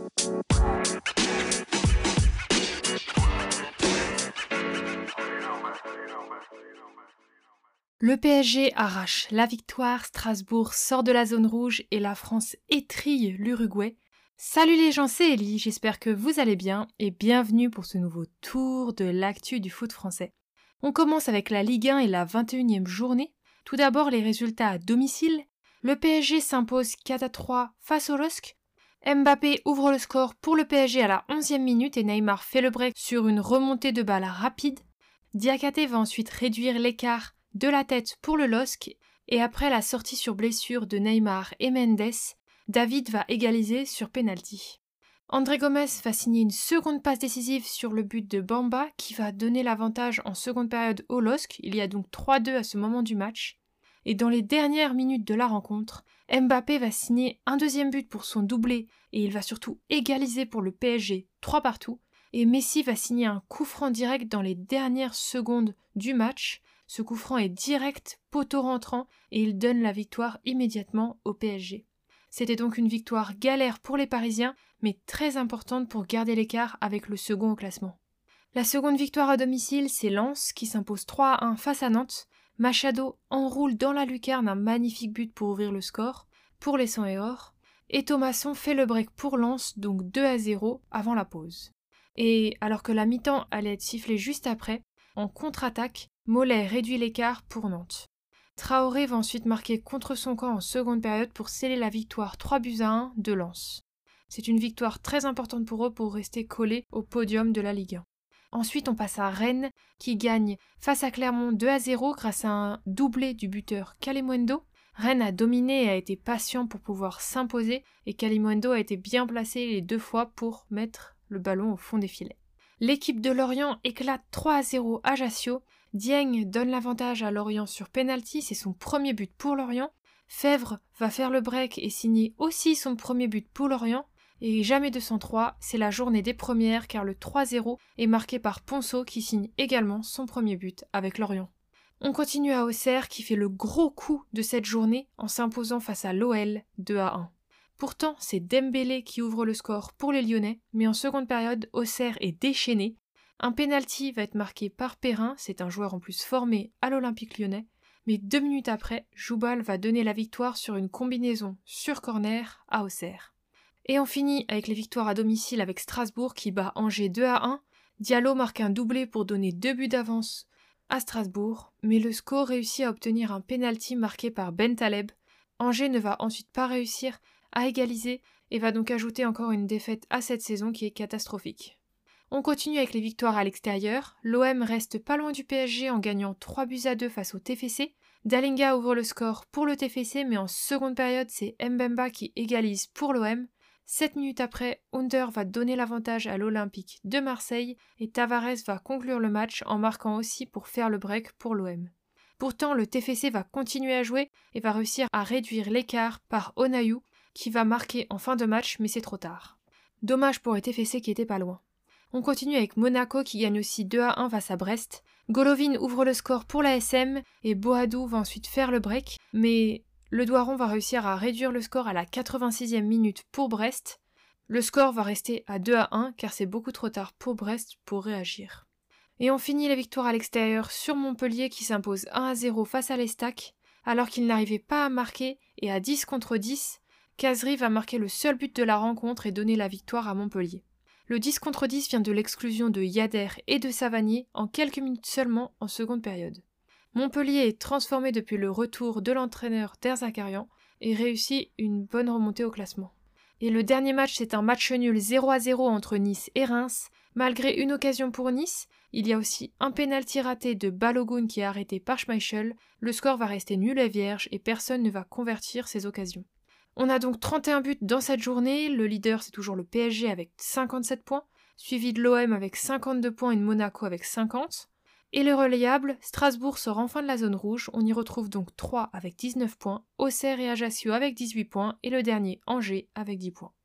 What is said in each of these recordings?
Le PSG arrache la victoire, Strasbourg sort de la zone rouge et la France étrille l'Uruguay. Salut les gens, c'est Ellie, j'espère que vous allez bien et bienvenue pour ce nouveau tour de l'actu du foot français. On commence avec la Ligue 1 et la 21e journée. Tout d'abord les résultats à domicile. Le PSG s'impose 4-3 face au LOSC. Mbappé ouvre le score pour le PSG à la 11e minute et Neymar fait le break sur une remontée de balle rapide. Diakhaté va ensuite réduire l'écart de la tête pour le LOSC et après la sortie sur blessure de Neymar et Mendes, David va égaliser sur penalty. André Gomes va signer une seconde passe décisive sur le but de Bamba qui va donner l'avantage en seconde période au LOSC. Il y a donc 3-2 à ce moment du match. Et dans les dernières minutes de la rencontre, Mbappé va signer un deuxième but pour son doublé et il va surtout égaliser pour le PSG 3-3. Et Messi va signer un coup franc direct dans les dernières secondes du match. Ce coup franc est direct, poteau rentrant, et il donne la victoire immédiatement au PSG. C'était donc une victoire galère pour les Parisiens, mais très importante pour garder l'écart avec le second au classement. La seconde victoire à domicile, c'est Lens qui s'impose 3-1 face à Nantes. Machado enroule dans la lucarne un magnifique but pour ouvrir le score, pour les 100 et or. Et Thomasson fait le break pour Lens, donc 2-0 avant la pause. Et alors que la mi-temps allait être sifflée juste après, en contre-attaque, Mollet réduit l'écart pour Nantes. Traoré va ensuite marquer contre son camp en seconde période pour sceller la victoire 3-1 de Lens. C'est une victoire très importante pour eux pour rester collés au podium de la Ligue 1. Ensuite, on passe à Rennes qui gagne face à Clermont 2-0 grâce à un doublé du buteur Kalimuendo. Rennes a dominé et a été patient pour pouvoir s'imposer et Kalimuendo a été bien placé les deux fois pour mettre le ballon au fond des filets. L'équipe de Lorient éclate 3-0 à Ajaccio. Dieng donne l'avantage à Lorient sur penalty, c'est son premier but pour Lorient. Fèvre va faire le break et signer aussi son premier but pour Lorient. Et jamais 203, c'est la journée des premières car le 3-0 est marqué par Ponceau qui signe également son premier but avec Lorient. On continue à Auxerre qui fait le gros coup de cette journée en s'imposant face à l'OL 2-1. Pourtant, c'est Dembélé qui ouvre le score pour les Lyonnais, mais en seconde période, Auxerre est déchaîné. Un penalty va être marqué par Perrin, c'est un joueur en plus formé à l'Olympique Lyonnais, mais 2 minutes après, Joubal va donner la victoire sur une combinaison sur corner à Auxerre. Et on finit avec les victoires à domicile avec Strasbourg qui bat Angers 2-1. Diallo marque un doublé pour donner 2 buts d'avance à Strasbourg, mais le SCO réussit à obtenir un penalty marqué par Ben Taleb. Angers ne va ensuite pas réussir à égaliser et va donc ajouter encore une défaite à cette saison qui est catastrophique. On continue avec les victoires à l'extérieur. L'OM reste pas loin du PSG en gagnant 3-2 face au TFC. Dalinga ouvre le score pour le TFC, mais en seconde période, c'est Mbemba qui égalise pour l'OM. 7 minutes après, Under va donner l'avantage à l'Olympique de Marseille et Tavares va conclure le match en marquant aussi pour faire le break pour l'OM. Pourtant, le TFC va continuer à jouer et va réussir à réduire l'écart par Onayou qui va marquer en fin de match, mais c'est trop tard. Dommage pour le TFC qui était pas loin. On continue avec Monaco qui gagne aussi 2-1 face à Brest. Golovin ouvre le score pour la SM et Boadou va ensuite faire le break, mais le Doiron va réussir à réduire le score à la 86e minute pour Brest. Le score va rester à 2-1 car c'est beaucoup trop tard pour Brest pour réagir. Et on finit la victoire à l'extérieur sur Montpellier qui s'impose 1-0 face à l'Estac alors qu'il n'arrivait pas à marquer et à 10 contre 10, Kazri va marquer le seul but de la rencontre et donner la victoire à Montpellier. Le 10 contre 10 vient de l'exclusion de Yader et de Savanier en quelques minutes seulement en seconde période. Montpellier est transformé depuis le retour de l'entraîneur Derzakarian et réussit une bonne remontée au classement. Et le dernier match, c'est un match nul 0-0 entre Nice et Reims. Malgré une occasion pour Nice, il y a aussi un pénalty raté de Balogun qui est arrêté par Schmeichel. Le score va rester nul et vierge et personne ne va convertir ces occasions. On a donc 31 buts dans cette journée, le leader c'est toujours le PSG avec 57 points, suivi de l'OM avec 52 points et de Monaco avec 50. Et le relayable, Strasbourg sort enfin de la zone rouge, on y retrouve donc 3 avec 19 points, Auxerre et Ajaccio avec 18 points et le dernier Angers avec 10 points.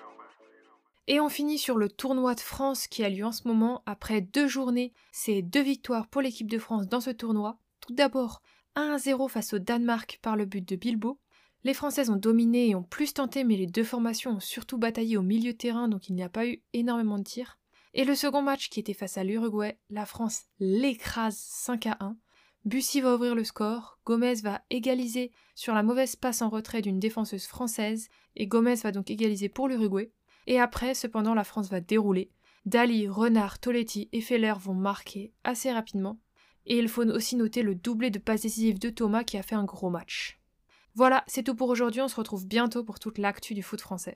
Et on finit sur le tournoi de France qui a lieu en ce moment. Après 2 journées, c'est 2 victoires pour l'équipe de France dans ce tournoi. Tout d'abord, 1-0 face au Danemark par le but de Bilbao. Les Françaises ont dominé et ont plus tenté, mais les deux formations ont surtout bataillé au milieu de terrain, donc il n'y a pas eu énormément de tirs. Et le second match, qui était face à l'Uruguay, la France l'écrase 5-1. Bussy va ouvrir le score, Gomez va égaliser sur la mauvaise passe en retrait d'une défenseuse française, et Gomez va donc égaliser pour l'Uruguay. Et après, cependant, la France va dérouler. Daly, Renard, Toletti et Feller vont marquer assez rapidement. Et il faut aussi noter le doublé de passes décisives de Thomas qui a fait un gros match. Voilà, c'est tout pour aujourd'hui, on se retrouve bientôt pour toute l'actu du foot français.